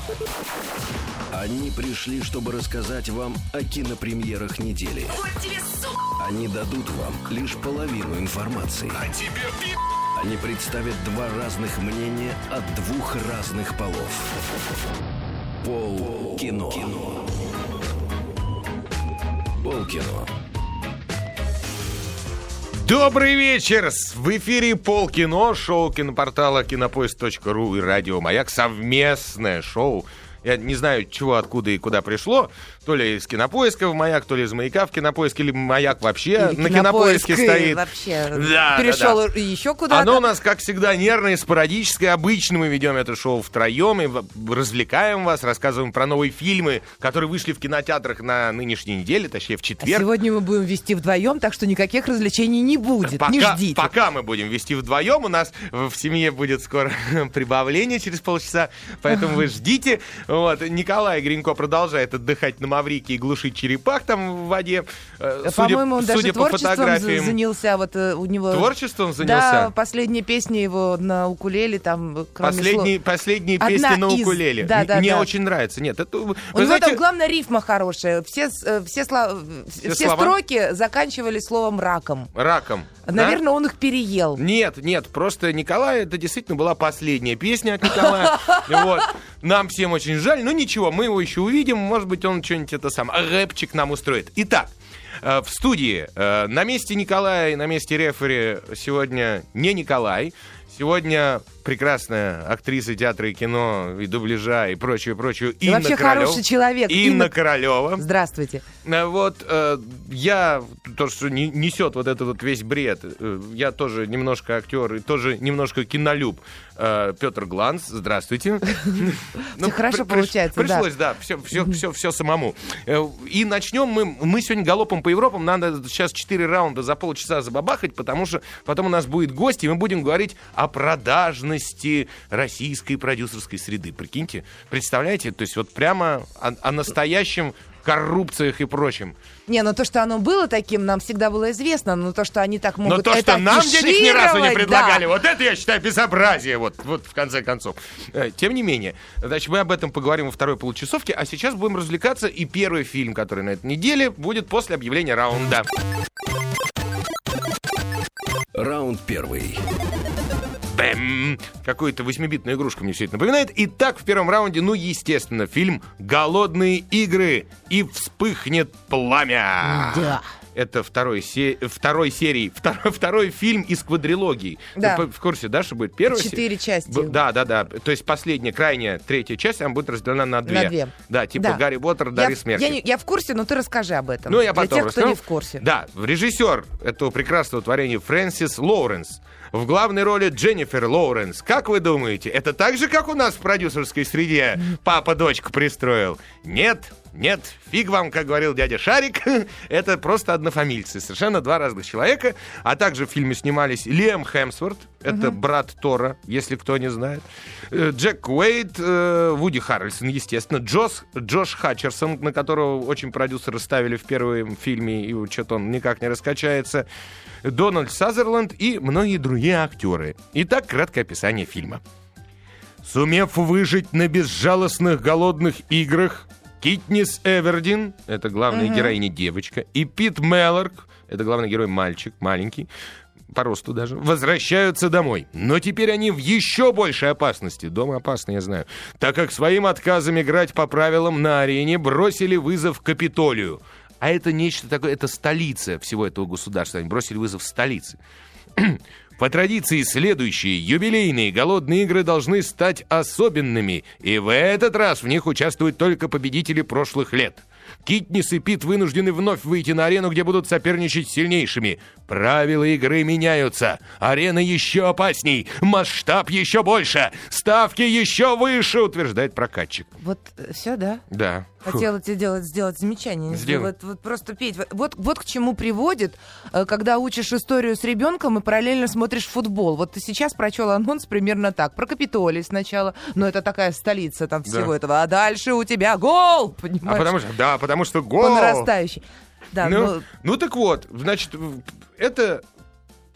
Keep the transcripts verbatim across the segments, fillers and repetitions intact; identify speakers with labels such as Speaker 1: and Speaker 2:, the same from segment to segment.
Speaker 1: Они пришли, чтобы рассказать вам о кинопремьерах недели.
Speaker 2: Вот тебе, сука!
Speaker 1: Они дадут вам лишь половину информации.
Speaker 2: А тебе пи***!
Speaker 1: Они представят два разных мнения от двух разных полов. Полкино. Полкино.
Speaker 3: Добрый вечер! В эфире Полкино, шоу кинопортала кинопоиск точка ру и радио Маяк. Совместное шоу. Я не знаю, чего, откуда и куда пришло. То ли из Кинопоиска в Маяк, то ли из Маяка в Кинопоиск, или Маяк вообще или на Кинопоиске стоит.
Speaker 4: Вообще
Speaker 3: да,
Speaker 4: перешел
Speaker 3: да, да.
Speaker 4: еще куда-то.
Speaker 3: Оно у нас, как всегда, нервное, спорадическое. Обычно мы ведем это шоу втроем и развлекаем вас, рассказываем про новые фильмы, которые вышли в кинотеатрах на нынешней неделе, точнее в четверг.
Speaker 4: А сегодня мы будем вести вдвоем, так что никаких развлечений не будет.
Speaker 3: Пока,
Speaker 4: не ждите.
Speaker 3: Пока мы будем вести вдвоем, у нас в семье будет скоро прибавление через полчаса, поэтому вы ждите. Вот. Николай Гринько продолжает отдыхать на Маврике и глушить черепах там в воде. Судя,
Speaker 4: По-моему, он
Speaker 3: судя
Speaker 4: даже
Speaker 3: по
Speaker 4: творчеством
Speaker 3: фотографиям.
Speaker 4: занялся. Вот, у него...
Speaker 3: Творчеством занялся?
Speaker 4: Да, последняя песня его на укулеле. Там,
Speaker 3: Последние,
Speaker 4: слов...
Speaker 3: последние
Speaker 4: Одна
Speaker 3: песни на
Speaker 4: из...
Speaker 3: укулеле.
Speaker 4: Да, да,
Speaker 3: Мне
Speaker 4: да.
Speaker 3: очень нравится. Нет, это...
Speaker 4: У
Speaker 3: Вы
Speaker 4: него
Speaker 3: знаете...
Speaker 4: там, главное, рифма хорошая. Все, все, слова... все, все строки заканчивались словом «раком».
Speaker 3: Раком.
Speaker 4: Наверное,
Speaker 3: да?
Speaker 4: он их переел.
Speaker 3: Нет, нет, просто Николай, это действительно была последняя песня от Николая. Вот. Нам всем очень жаль, но ничего, мы его еще увидим, может быть, он что-нибудь это сам, рэпчик нам устроит. Итак, в студии на месте Николая и на месте рефери сегодня не Николай, сегодня прекрасная актриса театра и кино, и дубляжа, и прочее, прочее. Инна
Speaker 4: вообще
Speaker 3: Королёва.
Speaker 4: хороший человек.
Speaker 3: Инна,
Speaker 4: Инна
Speaker 3: Королёва.
Speaker 4: Здравствуйте.
Speaker 3: Вот э, я, то, что не, несет вот этот вот весь бред, э, я тоже немножко актер и тоже немножко кинолюб. Э, Петр Гланс, здравствуйте.
Speaker 4: Все хорошо получается, да.
Speaker 3: Пришлось, да, все самому. И начнем мы, мы сегодня галопом по Европам, надо сейчас четыре раунда за полчаса забабахать, потому что потом у нас будет гость, и мы будем говорить о продажности российской продюсерской среды. Прикиньте, представляете? То есть вот прямо о, о настоящем коррупциях и прочем.
Speaker 4: Не, ну то, что оно было таким, нам всегда было известно, но то, что они так могут
Speaker 3: но то,
Speaker 4: это
Speaker 3: что нам денег ни разу не предлагали,
Speaker 4: да.
Speaker 3: вот это, я считаю, безобразие, вот, вот в конце концов. Тем не менее, значит, мы об этом поговорим во второй получасовке, а сейчас будем развлекаться, и первый фильм, который на этой неделе, будет после объявления раунда.
Speaker 1: Раунд первый.
Speaker 3: Бэм! Какую-то восьмибитную игрушку мне все это напоминает. Итак, в первом раунде, ну, естественно, фильм «Голодные игры» и «Вспыхнет пламя».
Speaker 4: Да.
Speaker 3: Это второй, се... второй серии, второй, второй фильм из квадрилогии.
Speaker 4: Да.
Speaker 3: Ты в курсе, да, что будет первая серия?
Speaker 4: Четыре части.
Speaker 3: Б... Да, да, да. То есть последняя, крайняя, третья часть, она будет разделена на две.
Speaker 4: На две.
Speaker 3: Да, типа
Speaker 4: да.
Speaker 3: Гарри Поттер, Дары
Speaker 4: я,
Speaker 3: смерти.
Speaker 4: Я, не, я в курсе, но ты расскажи об этом.
Speaker 3: Ну, я
Speaker 4: Для
Speaker 3: потом
Speaker 4: тех,
Speaker 3: расскажу.
Speaker 4: кто не в курсе.
Speaker 3: Да, режиссер этого прекрасного творения Фрэнсис Лоуренс. В главной роли Дженнифер Лоуренс. Как вы думаете, это так же, как у нас в продюсерской среде папа дочку пристроил? Нет, нет, фиг вам, как говорил дядя Шарик. Это просто однофамильцы, совершенно два разных человека. А также в фильме снимались Лиам Хемсворт, это uh-huh. брат Тора, если кто не знает. Джек Уэйд, Вуди Харрельсон, естественно. Джос, Джош Хатчерсон, на которого очень продюсеры ставили в первом фильме, и что-то он никак не раскачается. Дональд Сазерленд и многие другие актеры. Итак, краткое описание фильма. Сумев выжить на безжалостных голодных играх, Китнис Эвердин, это главная uh-huh. героиня девочка, и Пит Меллорк, это главный герой мальчик, маленький, по росту даже, возвращаются домой. Но теперь они в еще большей опасности. Дома опасно, я знаю. Так как своим отказом играть по правилам на арене бросили вызов Капитолию. А это нечто такое, это столица всего этого государства. Они бросили вызов столице. По традиции, следующие юбилейные голодные игры должны стать особенными. И в этот раз в них участвуют только победители прошлых лет. Китнис и Пит вынуждены вновь выйти на арену, где будут соперничать с сильнейшими. Правила игры меняются. Арена еще опасней, масштаб еще больше, ставки еще выше, утверждает прокатчик.
Speaker 4: Вот все, да?
Speaker 3: Да.
Speaker 4: Хотела тебе делать, сделать замечание.
Speaker 3: Сделай.
Speaker 4: Вот, вот просто, Петь, вот, вот к чему приводит, когда учишь историю с ребенком и параллельно смотришь футбол. Вот ты сейчас прочел анонс примерно так. Про Капитолий сначала, но это такая столица там всего
Speaker 3: да.
Speaker 4: этого. А дальше у тебя гол, понимаешь?
Speaker 3: А потому что, да, потому что гол.
Speaker 4: По нарастающей. Да,
Speaker 3: ну,
Speaker 4: но...
Speaker 3: ну так вот, значит, это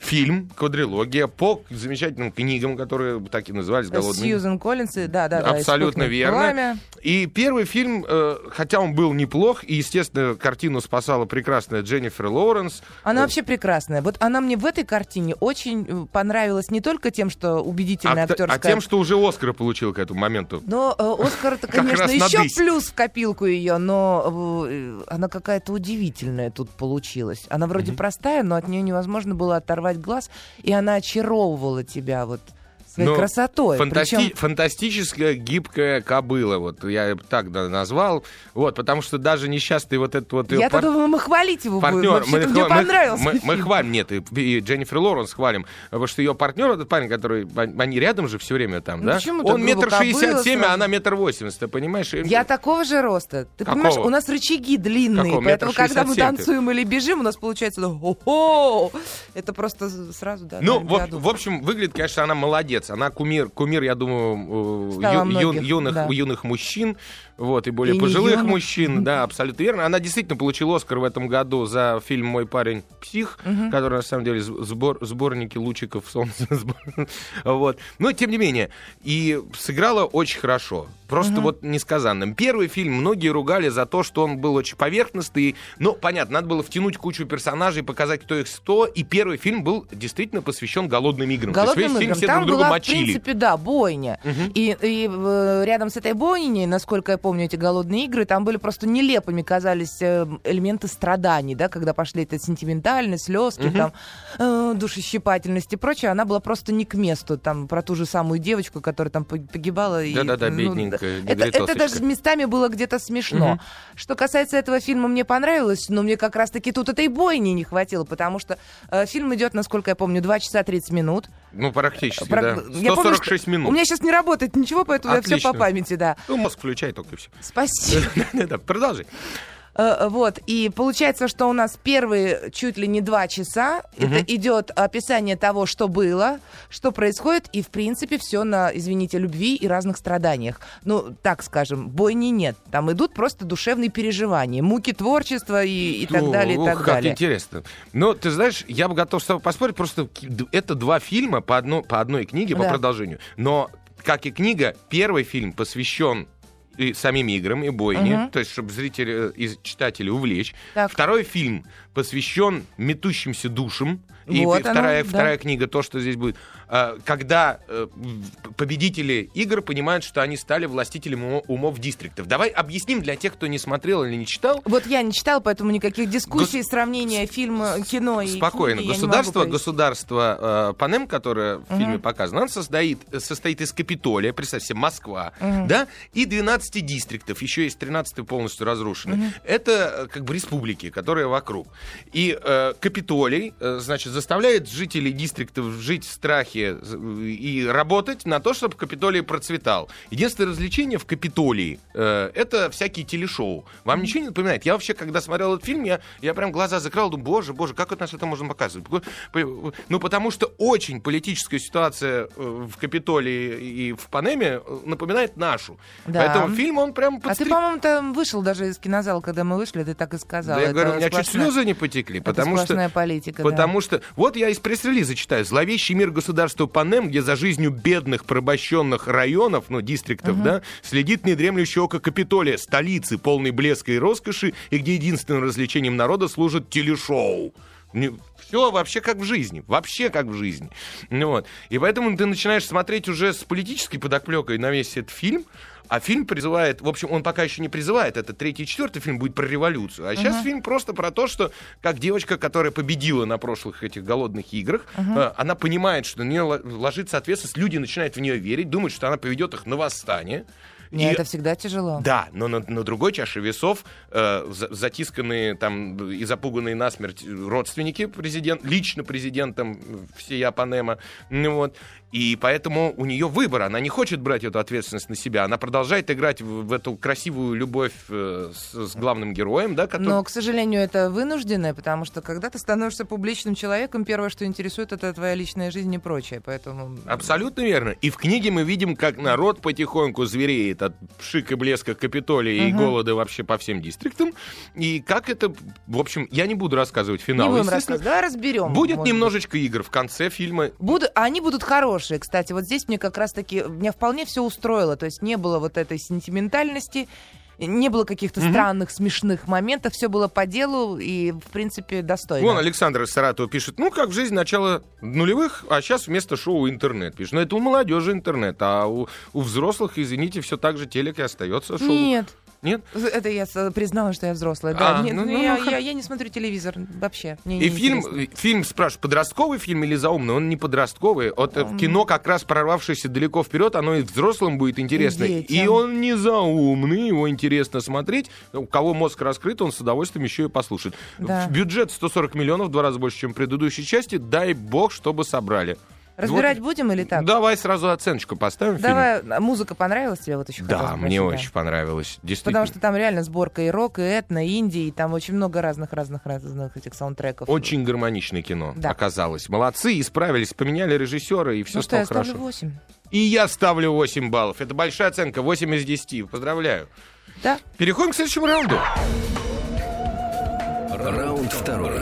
Speaker 3: фильм, квадрилогия по замечательным книгам, которые так и назывались «Голодные».
Speaker 4: Сьюзен Коллинс, да, да, да.
Speaker 3: Абсолютно верно.
Speaker 4: Пламя.
Speaker 3: И первый фильм, э, хотя он был неплох, и, естественно, картину спасала прекрасная Дженнифер Лоуренс.
Speaker 4: Она вообще прекрасная. Вот она мне в этой картине очень понравилась не только тем, что убедительная
Speaker 3: а,
Speaker 4: актерская...
Speaker 3: А тем, что уже Оскара получил к этому моменту.
Speaker 4: Но э, Оскар-то, конечно, еще плюс в копилку ее, но э, она какая-то удивительная тут получилась. Она вроде mm-hmm. простая, но от нее невозможно было оторвать глаз, и она очаровывала тебя вот своей
Speaker 3: Но
Speaker 4: красотой.
Speaker 3: Фантасти-
Speaker 4: Причем...
Speaker 3: Фантастическая гибкая кобыла, вот я так да, назвал, вот, потому что даже несчастный вот этот вот...
Speaker 4: Я-то
Speaker 3: пар...
Speaker 4: думала, мы хвалить его
Speaker 3: партнер,
Speaker 4: будем. Вообще-то
Speaker 3: мы,
Speaker 4: мне
Speaker 3: мы,
Speaker 4: понравился
Speaker 3: мы,
Speaker 4: фильм.
Speaker 3: мы хвалим, нет, и, и Дженнифер Лоуренс хвалим, потому что ее партнер, этот парень, который, они рядом же все время там,
Speaker 4: ну,
Speaker 3: да?
Speaker 4: почему
Speaker 3: Он метр шестьдесят семь,
Speaker 4: сразу?
Speaker 3: а она метр восемьдесят, ты понимаешь?
Speaker 4: Я такого же роста. Ты
Speaker 3: Какого?
Speaker 4: понимаешь, у нас рычаги длинные,
Speaker 3: Какого?
Speaker 4: поэтому когда мы
Speaker 3: метр шестьдесят семь
Speaker 4: танцуем или бежим, у нас получается о-хо! Это просто сразу, да.
Speaker 3: Ну, в, в общем, выглядит, конечно, она молодец. Она кумир, кумир, я думаю, ю, ю, юных, да. юных мужчин, вот, и более и пожилых юных. мужчин, да, абсолютно верно. Она действительно получила Оскар в этом году за фильм «Мой парень Псих», угу. который, на самом деле, сбор, сборники лучиков солнца. Вот. Но, тем не менее, и сыграла очень хорошо. Просто угу. вот несказанным. Первый фильм многие ругали за то, что он был очень поверхностный. Ну, понятно, надо было втянуть кучу персонажей, показать, кто их сто. И первый фильм был действительно посвящен голодным играм.
Speaker 4: Голодным
Speaker 3: То есть весь
Speaker 4: играм.
Speaker 3: фильм все
Speaker 4: Там
Speaker 3: друг друга
Speaker 4: была,
Speaker 3: мочили.
Speaker 4: в принципе, да, бойня. Угу. И, и рядом с этой бойней, насколько я помню, эти голодные игры, там были просто нелепыми, казались элементы страданий, да, когда пошли эта сентиментальность, слезки, угу. там, э, душещипательность и прочее. Она была просто не к месту. Там про ту же самую девочку, которая там погибала.
Speaker 3: Да-да-да,
Speaker 4: ну,
Speaker 3: бедненькая.
Speaker 4: Это, это даже местами было где-то смешно. Угу. Что касается этого фильма, мне понравилось, но мне как раз-таки тут этой бойни не хватило, потому что э, фильм идет, насколько я помню, два часа тридцать минут.
Speaker 3: Ну, практически,
Speaker 4: Про...
Speaker 3: да. сто сорок шесть
Speaker 4: помню,
Speaker 3: минут.
Speaker 4: У меня сейчас не работает ничего, поэтому Отлично. Я все по памяти, да.
Speaker 3: Ну, мозг включай только и все.
Speaker 4: Спасибо.
Speaker 3: Да, продолжи.
Speaker 4: Вот, и получается, что у нас первые чуть ли не два часа угу. это идет описание того, что было, что происходит, и, в принципе, все на, извините, любви и разных страданиях. Ну, так скажем, бойни нет. Там идут просто душевные переживания, муки творчества и, и так далее, и так
Speaker 3: Ох,
Speaker 4: далее.
Speaker 3: Как интересно. Но, ты знаешь, я бы готов с тобой поспорить, просто это два фильма по, одно, по одной книге, по да. продолжению. Но, как и книга, первый фильм посвящен и самим играм, и бойне, uh-huh. то есть, чтобы зрители и читатели увлечь. Так. Второй фильм посвящен метущимся душам. И вот вторая, оно, вторая да. книга, то, что здесь будет. Когда победители игр понимают, что они стали властителями умов дистриктов. Давай объясним для тех, кто не смотрел или не читал.
Speaker 4: Вот я не читал, поэтому никаких дискуссий, Гос... сравнения фильма, кино и
Speaker 3: Спокойно.
Speaker 4: книги
Speaker 3: Государство, государство э, Панем, которое в uh-huh. фильме показано, оно состоит, состоит из Капитолия, представьте себе, Москва, uh-huh. да, и двенадцати дистриктов. Еще есть тринадцатый полностью разрушенный. Uh-huh. Это как бы республики, которые вокруг. И э, Капитолий, э, значит, заставляет жителей дистриктов жить в страхе и работать на то, чтобы Капитолий процветал. Единственное развлечение в Капитолии э, это всякие телешоу. Вам ничего не напоминает? Я вообще, когда смотрел этот фильм, я, я прям глаза закрыл, думаю, боже, боже, как это нас это можно показывать? Ну, потому что очень политическая ситуация в Капитолии и в Панеме напоминает нашу. Да. Поэтому фильм, он прям... Подстр...
Speaker 4: А ты, по-моему, там вышел даже из кинозала, когда мы вышли, ты так и сказал.
Speaker 3: Да, я
Speaker 4: это
Speaker 3: говорю, у меня
Speaker 4: сплошная...
Speaker 3: чуть слезы не потекли.
Speaker 4: Это
Speaker 3: потому
Speaker 4: сплошная
Speaker 3: что...
Speaker 4: политика,
Speaker 3: Потому
Speaker 4: да.
Speaker 3: что... Вот я из пресс-релиза читаю. «Зловещий мир государства Панем, где за жизнью бедных порабощенных районов, ну, дистриктов, uh-huh. да, следит недремлющее око Капитолия, столицы, полной блеска и роскоши, и где единственным развлечением народа служит телешоу». Все вообще как в жизни. Вообще как в жизни. Ну, вот. И поэтому ты начинаешь смотреть уже с политической подоплекой на весь этот фильм. А фильм призывает, в общем, он пока еще не призывает, это третий и четвертый фильм будет про революцию. А сейчас uh-huh. фильм просто про то, что как девочка, которая победила на прошлых этих голодных играх, uh-huh. она понимает, что на нее ложится ответственность, люди начинают в нее верить, думают, что она поведет их на восстание.
Speaker 4: Нет,
Speaker 3: и...
Speaker 4: это всегда тяжело.
Speaker 3: Да, но на, на другой чаше весов э, затисканные там и запуганные насмерть родственники президент, лично президентом всея Панема. Ну, вот. И поэтому у нее выбор. Она не хочет брать эту ответственность на себя. Она продолжает играть в, в эту красивую любовь э, с, с главным героем. Да, который...
Speaker 4: Но, к сожалению, это вынужденное, потому что когда ты становишься публичным человеком, первое, что интересует, это твоя личная жизнь и прочее. Поэтому...
Speaker 3: Абсолютно верно. И в книге мы видим, как народ потихоньку звереет от шика, блеска Капитолия uh-huh. и голода вообще по всем дистриктам. И как это... В общем, я не буду рассказывать финал.
Speaker 4: Не будем рассказывать, давай разберем.
Speaker 3: Будет немножечко быть. игр в конце фильма.
Speaker 4: Буду... Они будут хорошие, кстати. Вот здесь мне как раз-таки... Меня вполне все устроило. То есть не было вот этой сентиментальности, не было каких-то mm-hmm. странных, смешных моментов. Все было по делу и, в принципе, достойно.
Speaker 3: Вон Александр из Саратова пишет, ну, как в жизни начала нулевых, а сейчас вместо шоу интернет. Пишет, ну, это у молодежи интернет, а у, у взрослых, извините, все так же телек и остается шоу.
Speaker 4: Нет.
Speaker 3: Нет?
Speaker 4: Это я призналась, что я взрослая. Да.
Speaker 3: А,
Speaker 4: Нет,
Speaker 3: ну, ну,
Speaker 4: я,
Speaker 3: ну,
Speaker 4: я, я не смотрю телевизор вообще. Мне
Speaker 3: и
Speaker 4: не
Speaker 3: фильм,
Speaker 4: интересно.
Speaker 3: фильм, спрашивают, подростковый фильм или заумный? Он не подростковый. Вот um... кино, как раз прорвавшееся далеко вперед, оно и взрослым будет интересно. И, и он не заумный, его интересно смотреть. У кого мозг раскрыт, он с удовольствием еще и послушает.
Speaker 4: Да.
Speaker 3: Бюджет сто сорок миллионов, в два раза больше, чем в предыдущей части. Дай бог, чтобы собрали.
Speaker 4: Разбирать
Speaker 3: вот.
Speaker 4: будем или так?
Speaker 3: Давай сразу оценочку поставим.
Speaker 4: Давай,
Speaker 3: фильму.
Speaker 4: Музыка понравилась тебе? Вот еще
Speaker 3: да, мне
Speaker 4: да.
Speaker 3: очень понравилось.
Speaker 4: Потому что там реально сборка и рок, и этно, и инди, и там очень много разных-разных-разных этих саундтреков.
Speaker 3: Очень гармоничное кино
Speaker 4: да.
Speaker 3: оказалось. Молодцы, исправились, поменяли режиссера, и все
Speaker 4: ну
Speaker 3: стало
Speaker 4: что, я
Speaker 3: хорошо.
Speaker 4: ставлю восемь.
Speaker 3: И я ставлю восемь баллов. Это большая оценка, восемь из десяти. Поздравляю.
Speaker 4: Да.
Speaker 3: Переходим к следующему раунду.
Speaker 1: Раунд второй.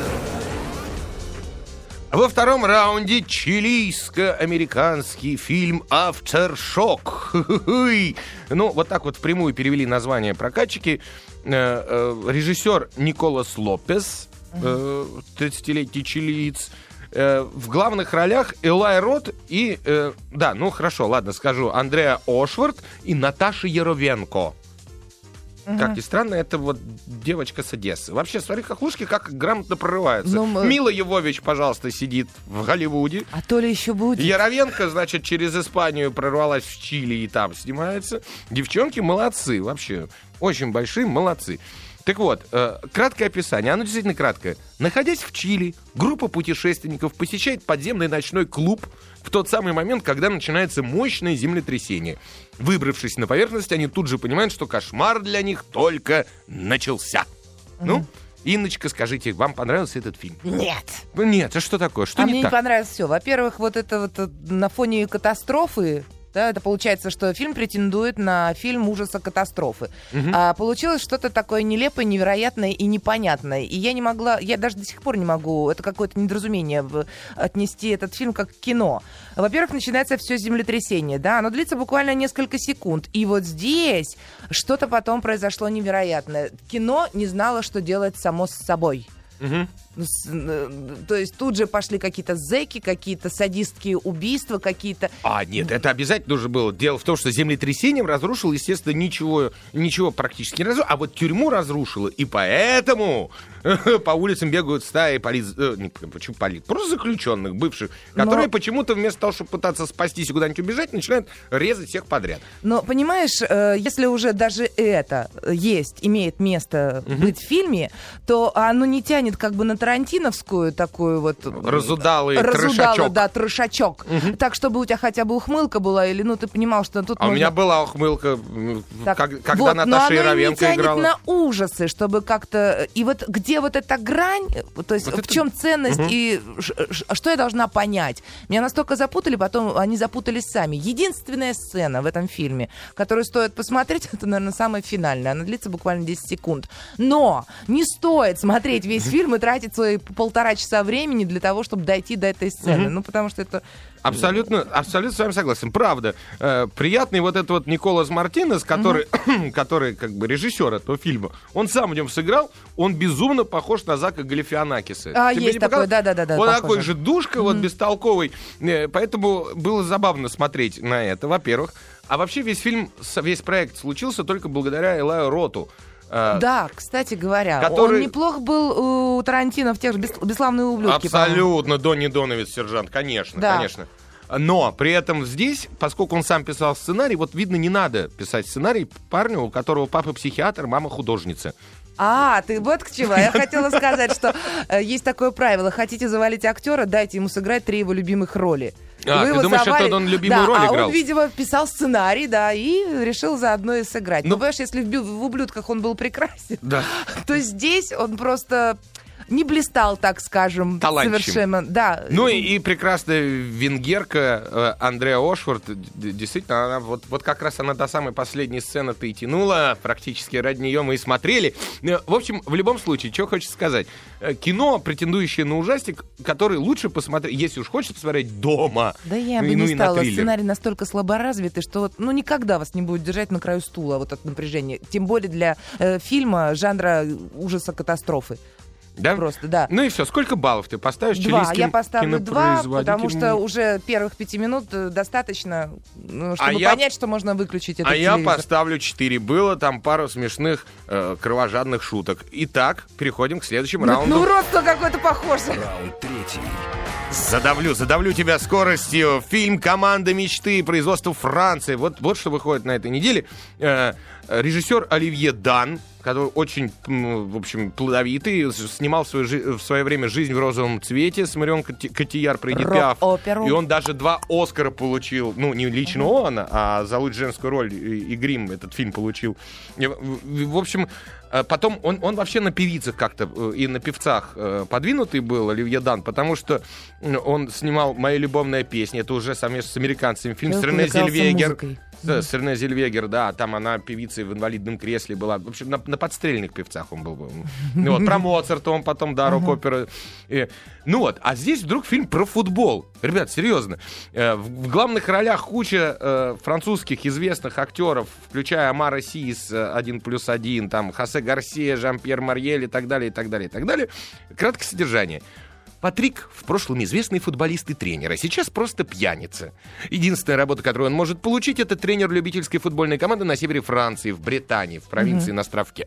Speaker 3: Во втором раунде чилийско-американский фильм «Афтершок». Ну, вот так вот впрямую перевели название прокатчики. Режиссер Николас Лопес, тридцатилетний чилиец. В главных ролях Элай Рот и... Да, ну хорошо, ладно, скажу. Андреа Ошвард и Наташа Яровенко. Как ни странно, это вот девочка с Одессы. Вообще, смотри, хохлушки как грамотно прорываются. Ну, мы... Мила Йовович, пожалуйста, сидит в Голливуде.
Speaker 4: А то ли еще будет.
Speaker 3: Яровенко, значит, через Испанию прорвалась в Чили и там снимается. Девчонки молодцы, вообще. Очень большие молодцы. Так вот, э, краткое описание, оно действительно краткое. Находясь в Чили, группа путешественников посещает подземный ночной клуб в тот самый момент, когда начинается мощное землетрясение. Выбравшись на поверхность, они тут же понимают, что кошмар для них только начался. Mm-hmm. Ну, Инночка, скажите, вам понравился этот фильм?
Speaker 4: Нет.
Speaker 3: Нет, а что такое? Что
Speaker 4: а
Speaker 3: не
Speaker 4: мне
Speaker 3: так?
Speaker 4: не понравилось все. Во-первых, вот это вот на фоне катастрофы. Да, это получается, что фильм претендует на фильм ужаса катастрофы. Uh-huh. А получилось что-то такое нелепое, невероятное и непонятное. И я не могла, я даже до сих пор не могу, это какое-то недоразумение, отнести этот фильм как кино. Во-первых, начинается все землетрясение, да, оно длится буквально несколько секунд. И вот здесь что-то потом произошло невероятное. Кино не знало, что делать само с собой. Uh-huh. То есть тут же пошли какие-то зэки, какие-то садистские убийства, какие-то...
Speaker 3: А, нет, это обязательно нужно было. Дело в том, что землетрясением разрушило, естественно, ничего, ничего практически не разрушило, а вот тюрьму разрушило, и поэтому по улицам бегают стаи полиц... Не, почему полиц? Просто заключенных, бывших, которые Но... почему-то вместо того, чтобы пытаться спастись и куда-нибудь убежать, начинают резать всех подряд.
Speaker 4: Но, понимаешь, если уже даже это есть, имеет место угу. быть в фильме, то оно не тянет как бы на тарантиновскую такую вот...
Speaker 3: Разудалый
Speaker 4: разудалый,
Speaker 3: трешачок.
Speaker 4: Да, трешачок. Угу. Так, чтобы у тебя хотя бы ухмылка была, или, ну, ты понимал, что тут
Speaker 3: А
Speaker 4: можно...
Speaker 3: у меня была ухмылка, так, как, когда
Speaker 4: вот,
Speaker 3: Наташа Яровенко играла.
Speaker 4: Но оно не тянет на ужасы, чтобы как-то... И вот где вот эта грань, то есть вот в это... чем ценность угу. и что я должна понять? Меня настолько запутали, потом они запутались сами. Единственная сцена в этом фильме, которую стоит посмотреть, это, наверное, самая финальная. Она длится буквально десять секунд. Но не стоит смотреть весь фильм и тратить свои полтора часа времени для того, чтобы дойти до этой сцены. Mm-hmm. Ну, потому что это...
Speaker 3: Абсолютно, абсолютно с вами согласен. Правда. Э, приятный вот этот вот Николас Мартинес, который, mm-hmm. который как бы режиссер этого фильма, он сам в нем сыграл, он безумно похож на Зака Галифианакиса.
Speaker 4: А, Тебе есть такой, да-да-да.
Speaker 3: Он похоже. Такой же душка, mm-hmm. вот бестолковый. Э, поэтому было забавно смотреть на это, во-первых. А вообще весь фильм, весь проект случился только благодаря Элаю Роту.
Speaker 4: Да, кстати говоря,
Speaker 3: который...
Speaker 4: он неплох был у Тарантино в тех же «Бесславные ублюдки».
Speaker 3: Абсолютно, Донни Доновец, сержант, конечно, да. конечно. Но при этом здесь, поскольку он сам писал сценарий, вот видно, не надо писать сценарий парню, у которого папа психиатр, мама художница.
Speaker 4: А, ты вот к чему. Я хотела сказать, что э, есть такое правило. Хотите завалить актера, дайте ему сыграть три его любимых роли.
Speaker 3: А,
Speaker 4: Вы
Speaker 3: ты думаешь,
Speaker 4: завали...
Speaker 3: это он любимую
Speaker 4: да,
Speaker 3: роль
Speaker 4: а
Speaker 3: играл?
Speaker 4: он, видимо, писал сценарий, да, и решил заодно и сыграть. Ну, Но, понимаешь, если в, в «Ублюдках» он был прекрасен,
Speaker 3: да.
Speaker 4: то здесь он просто... не блистал, так скажем,
Speaker 3: талантливым.
Speaker 4: совершенно. Да.
Speaker 3: Ну и, и прекрасная венгерка э, Андреа Ошвард, действительно, она вот, вот как раз она до самой последней сцены-то и тянула, практически ради нее мы и смотрели. В общем, в любом случае, что хочется сказать. Кино, претендующее на ужастик, который лучше посмотреть, если уж хочешь посмотреть дома.
Speaker 4: Да я
Speaker 3: ну,
Speaker 4: бы
Speaker 3: ну,
Speaker 4: не стала.
Speaker 3: триллер.
Speaker 4: Сценарий настолько слаборазвитый, что вот, ну, никогда вас не будет держать на краю стула вот от напряжения. Тем более для э, фильма жанра ужаса-катастрофы.
Speaker 3: Да?
Speaker 4: Просто, да.
Speaker 3: Ну и все, сколько баллов ты поставишь?
Speaker 4: Два.
Speaker 3: Чилийским
Speaker 4: Я поставлю два, потому
Speaker 3: кинопроизводителям?
Speaker 4: что уже первых пяти минут э, достаточно, ну, чтобы
Speaker 3: А я-
Speaker 4: понять, что можно выключить этот
Speaker 3: А я
Speaker 4: телевизор.
Speaker 3: поставлю четыре. Было там пару смешных э, кровожадных шуток. Итак, переходим к следующему
Speaker 4: Ну,
Speaker 3: раунду.
Speaker 4: ну, рост-то какой-то похожий.
Speaker 1: Раунд третий.
Speaker 3: Задавлю, задавлю тебя скоростью. Фильм «Команда мечты», производство Франции. Вот, вот что выходит на этой неделе. Э, режиссер Оливье Дан, который очень, м, в общем, плодовитый, снимал в свое, жи- в свое время «Жизнь в розовом цвете» с Марион Коти- Котийяр про Эдит Пиаф.
Speaker 4: Рок-оперу.
Speaker 3: И он даже два Оскара получил. Ну, не лично он, а за лучшую женскую роль и, и грим этот фильм получил. И, в, в общем, э, потом он, он вообще на певицах как-то э, и на певцах э, подвинутый был, Оливье Дан, потому что э, он снимал «Моя любовная песня». Это уже совместно с американцами фильм с
Speaker 4: Он
Speaker 3: Рене
Speaker 4: увлекался
Speaker 3: Зельвегер.
Speaker 4: музыкой.
Speaker 3: С, с Рене Зельвегер, да, там она певицей в инвалидном кресле была. В общем, на, на подстрельных певцах он был. Ну, вот, про Моцарта он потом, да, рок-опера. И, ну вот, а здесь вдруг фильм про футбол. Ребят, серьезно. Э, в, в главных ролях куча э, французских известных актеров, включая Амара Сис, один плюс один, там, Хосе Гарсия, Жан-Пьер Марьель и так далее, и так далее, и так далее. Краткое содержание. Патрик в прошлом известный футболист и тренер, а сейчас просто пьяница. Единственная работа, которую он может получить, это тренер любительской футбольной команды на севере Франции, в Британии, в провинции mm-hmm. на островке.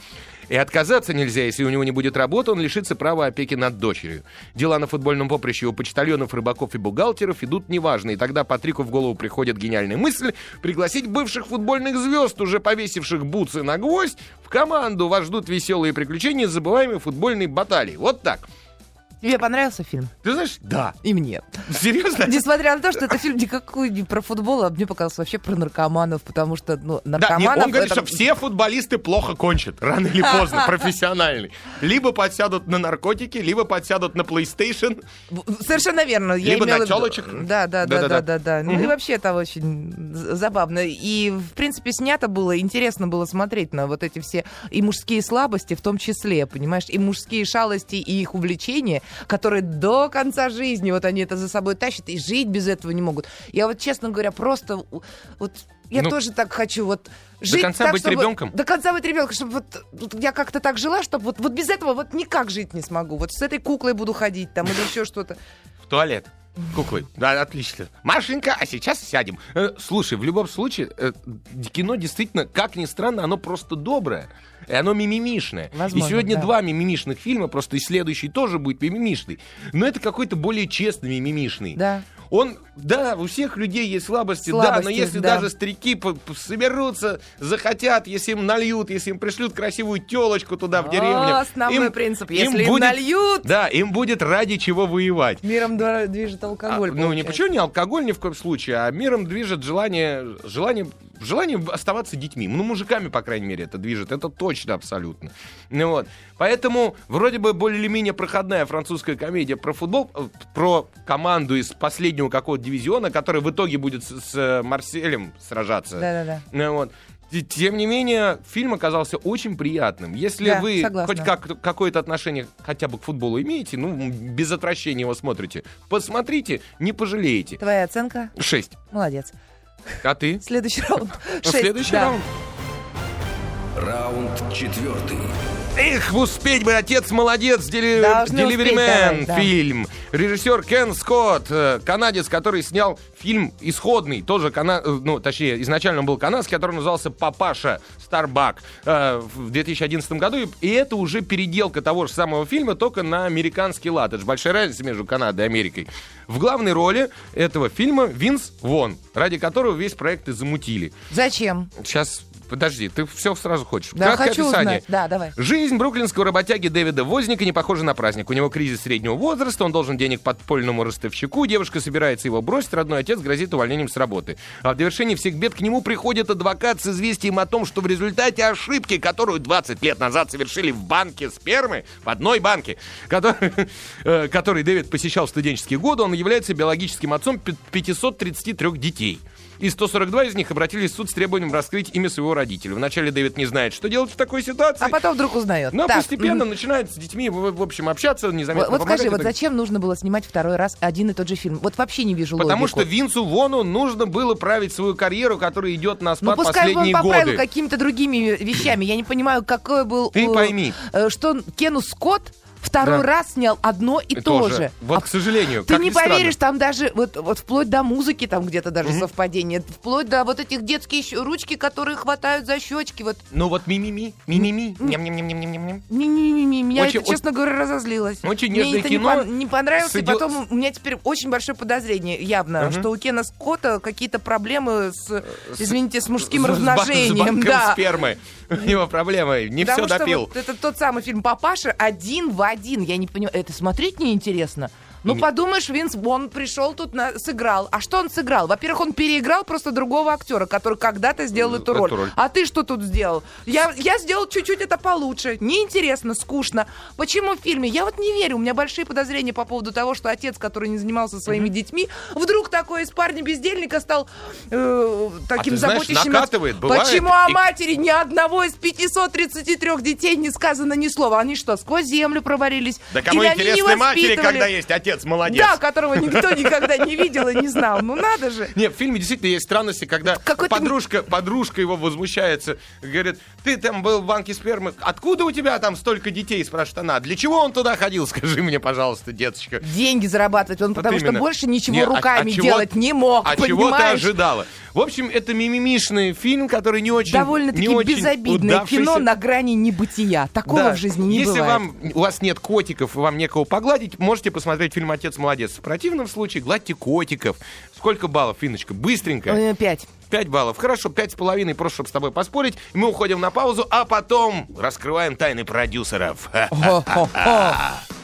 Speaker 3: И отказаться нельзя, если у него не будет работы, он лишится права опеки над дочерью. Дела на футбольном поприще у почтальонов, рыбаков и бухгалтеров идут неважно, и тогда Патрику в голову приходит гениальная мысль пригласить бывших футбольных звезд, уже повесивших бутсы на гвоздь, в команду. Вас ждут веселые приключения, забываемые футбольные баталии. Вот так.
Speaker 4: Тебе понравился фильм?
Speaker 3: Ты знаешь, да.
Speaker 4: И мне.
Speaker 3: Серьезно?
Speaker 4: Несмотря на то, что это фильм никакой не про футбол, а мне показалось вообще про наркоманов, потому что, ну, наркоманов...
Speaker 3: Да, нет, он говорит,
Speaker 4: это...
Speaker 3: что все футболисты плохо кончат, рано или поздно, профессиональный. Либо подсядут на наркотики, либо подсядут на PlayStation.
Speaker 4: Совершенно верно. Я
Speaker 3: либо
Speaker 4: имела...
Speaker 3: на тёлочек.
Speaker 4: Да, да, да, да, да, да. Ну
Speaker 3: Угу.
Speaker 4: и вообще это очень забавно. И, в принципе, снято было, интересно было смотреть на вот эти все и мужские слабости, в том числе, понимаешь, и мужские шалости, и их увлечения, которые до до конца жизни вот они это за собой тащат и жить без этого не могут. Я вот, честно говоря, просто вот я
Speaker 3: ну,
Speaker 4: тоже так хочу вот жить
Speaker 3: до конца
Speaker 4: так,
Speaker 3: быть
Speaker 4: чтобы,
Speaker 3: ребенком?
Speaker 4: До конца быть ребенком, чтобы вот, вот я как-то так жила, чтобы вот, вот без этого вот никак жить не смогу. Вот с этой куклой буду ходить там или еще что-то.
Speaker 3: В туалет. Куклы. Да, отлично. Машенька, а сейчас сядем. Э, слушай, в любом случае, э, кино действительно, как ни странно, оно просто доброе. И оно мимимишное.
Speaker 4: Возможно,
Speaker 3: и сегодня
Speaker 4: да.
Speaker 3: два мимимишных фильма, просто и следующий тоже будет мимимишный. Но это какой-то более честный мимимишный.
Speaker 4: Да.
Speaker 3: Он, да, у всех людей есть слабости,
Speaker 4: слабости
Speaker 3: да, но если
Speaker 4: да.
Speaker 3: даже старики по- по- соберутся, захотят, если им нальют, если им пришлют красивую телочку туда, в деревню.
Speaker 4: О, основной
Speaker 3: им,
Speaker 4: принцип,
Speaker 3: им
Speaker 4: если им
Speaker 3: будет,
Speaker 4: нальют...
Speaker 3: Да, им будет ради чего воевать.
Speaker 4: Миром движет алкоголь.
Speaker 3: А, ну, не почему не алкоголь ни в коем случае, а миром движет желание, желание, желание оставаться детьми. Ну, мужиками, по крайней мере, это движет. Это точно абсолютно. Ну, вот. Поэтому вроде бы более или менее проходная французская комедия про футбол, про команду из последнего какого-то дивизиона, которая в итоге будет с, с Марселем сражаться.
Speaker 4: Да-да-да.
Speaker 3: Ну, вот. Тем не менее, фильм оказался очень приятным. Если
Speaker 4: да,
Speaker 3: вы
Speaker 4: согласна.
Speaker 3: хоть как, какое-то отношение хотя бы к футболу имеете, ну, без отвращения его смотрите, посмотрите, не пожалеете.
Speaker 4: Твоя оценка?
Speaker 3: Шесть.
Speaker 4: Молодец.
Speaker 3: А ты?
Speaker 4: Следующий раунд. Шесть.
Speaker 3: Следующий
Speaker 4: да.
Speaker 3: раунд.
Speaker 1: Раунд четвертый.
Speaker 3: Эх, успеть бы, отец молодец, дели...
Speaker 4: Должны
Speaker 3: Деливеримен,
Speaker 4: успеть, да,
Speaker 3: фильм. Режиссер Кен Скотт, э, канадец, который снял фильм исходный, тоже, кана... э, ну, точнее, изначально он был канадский, который назывался «Папаша Старбак» э, в две тысячи одиннадцатом году, и, и это уже переделка того же самого фильма, только на американский лад. Это же большая разница между Канадой и Америкой. В главной роли этого фильма Винс Вон, ради которого весь проект и замутили.
Speaker 4: Зачем?
Speaker 3: Сейчас подожди, ты все сразу хочешь.
Speaker 4: Да,
Speaker 3: Краткое
Speaker 4: хочу
Speaker 3: описание.
Speaker 4: узнать. Да, давай.
Speaker 3: Жизнь бруклинского работяги Дэвида Возника не похожа на праздник. У него кризис среднего возраста, он должен денег подпольному ростовщику, девушка собирается его бросить, родной отец грозит увольнением с работы. А в довершении всех бед к нему приходит адвокат с известием о том, что в результате ошибки, которую двадцать лет назад совершили в банке спермы, в одной банке, который, э, который Дэвид посещал в студенческие годы, он является биологическим отцом пятисот тридцати трёх детей. И сто сорок два из них обратились в суд с требованием раскрыть имя своего родителя. Вначале Дэвид не знает, что делать в такой ситуации.
Speaker 4: А потом вдруг узнает.
Speaker 3: Но
Speaker 4: Так,
Speaker 3: постепенно
Speaker 4: мгм.
Speaker 3: начинает с детьми, в, в общем, общаться, незаметно
Speaker 4: Вот, вот скажи,
Speaker 3: помогать.
Speaker 4: вот зачем нужно было снимать второй раз один и тот же фильм? Вот вообще не вижу
Speaker 3: Потому
Speaker 4: логику.
Speaker 3: что Винсу Вону нужно было править свою карьеру, которая идет на
Speaker 4: Ну
Speaker 3: спад
Speaker 4: пускай бы он
Speaker 3: последние
Speaker 4: поправил
Speaker 3: годы.
Speaker 4: какими-то другими вещами. Я не понимаю, какой был...
Speaker 3: Ты
Speaker 4: э,
Speaker 3: пойми.
Speaker 4: э, Что Кену Скотт второй
Speaker 3: Да.
Speaker 4: раз снял одно и,
Speaker 3: И
Speaker 4: то
Speaker 3: тоже.
Speaker 4: же.
Speaker 3: Вот,
Speaker 4: А
Speaker 3: к сожалению,
Speaker 4: Ты
Speaker 3: как
Speaker 4: не
Speaker 3: ни странно.
Speaker 4: поверишь, там даже вот, вот вплоть до музыки там где-то даже совпадение, вплоть до вот этих детские щ- ручки, которые хватают за щечки. Вот
Speaker 3: Ну вот ми-ми-ми, ми-ми-ми, ням-ням-ням-ням-ням.
Speaker 4: не-не-не, меня
Speaker 3: Очень-
Speaker 4: это, честно говоря, разозлилось.
Speaker 3: очень
Speaker 4: Мне
Speaker 3: нежное
Speaker 4: это
Speaker 3: кино
Speaker 4: не, пон- не понравилось,
Speaker 3: с
Speaker 4: и
Speaker 3: идё-
Speaker 4: потом у меня теперь очень большое подозрение, явно,
Speaker 3: Мгм.
Speaker 4: что у Кена Скотта какие-то проблемы с, извините, с мужским
Speaker 3: С- с ба-
Speaker 4: размножением.
Speaker 3: С банком
Speaker 4: да.
Speaker 3: спермы. У него проблемы, не
Speaker 4: Потому
Speaker 3: все
Speaker 4: что
Speaker 3: допил.
Speaker 4: вот это тот самый фильм «Папаша» один в один. Я не понимаю, это смотреть неинтересно. Ну,
Speaker 3: Не-
Speaker 4: подумаешь, Винс Вон пришел тут, на... сыграл. А что он сыграл? Во-первых, он переиграл просто другого актера, который когда-то сделал эту
Speaker 3: Эту
Speaker 4: роль.
Speaker 3: роль.
Speaker 4: А ты что тут сделал? Я, я сделал чуть-чуть это получше. Неинтересно, скучно. Почему в фильме? Я вот не верю. У меня большие подозрения по поводу того, что отец, который не занимался своими детьми, вдруг такой из парня-бездельника стал э, таким
Speaker 3: ты знаешь,
Speaker 4: заботящим...
Speaker 3: накатывает, бывает.
Speaker 4: Почему о
Speaker 3: И-
Speaker 4: матери ни одного из пятисот тридцати трёх детей не сказано ни слова? Они что, сквозь землю провалились?
Speaker 3: Да кому
Speaker 4: Или они не
Speaker 3: интересны матери,
Speaker 4: воспитывали?
Speaker 3: когда есть отец, молодец.
Speaker 4: Да, которого никто никогда не видел и не знал. Ну надо же.
Speaker 3: Не, в фильме действительно есть странности, когда
Speaker 4: Какой-то-
Speaker 3: подружка, подружка его возмущается, говорит, ты там был в банке спермы, откуда у тебя там столько детей, спрашивает она, для чего он туда ходил, скажи мне, пожалуйста, деточка.
Speaker 4: Деньги зарабатывать он, потому что
Speaker 3: именно.
Speaker 4: больше ничего
Speaker 3: Не, а-
Speaker 4: руками
Speaker 3: а чего-
Speaker 4: делать не мог,
Speaker 3: А чего ты
Speaker 4: понимаешь?
Speaker 3: ожидала? В общем, это мимимишный фильм, который не очень
Speaker 4: Довольно-таки
Speaker 3: не очень
Speaker 4: безобидное
Speaker 3: удавшийся.
Speaker 4: кино на грани небытия. Такого
Speaker 3: Да.
Speaker 4: в жизни не
Speaker 3: Если
Speaker 4: бывает.
Speaker 3: вам, у вас нет котиков, и вам некого погладить, можете посмотреть фильм «Отец молодец». В противном случае гладьте котиков. Сколько баллов, Финочка? Быстренько.
Speaker 4: Э, Пять.
Speaker 3: Пять баллов. Хорошо, пять с половиной, просто чтобы с тобой поспорить. Мы уходим на паузу, а потом раскрываем тайны продюсеров.
Speaker 4: Хо-хо-хо.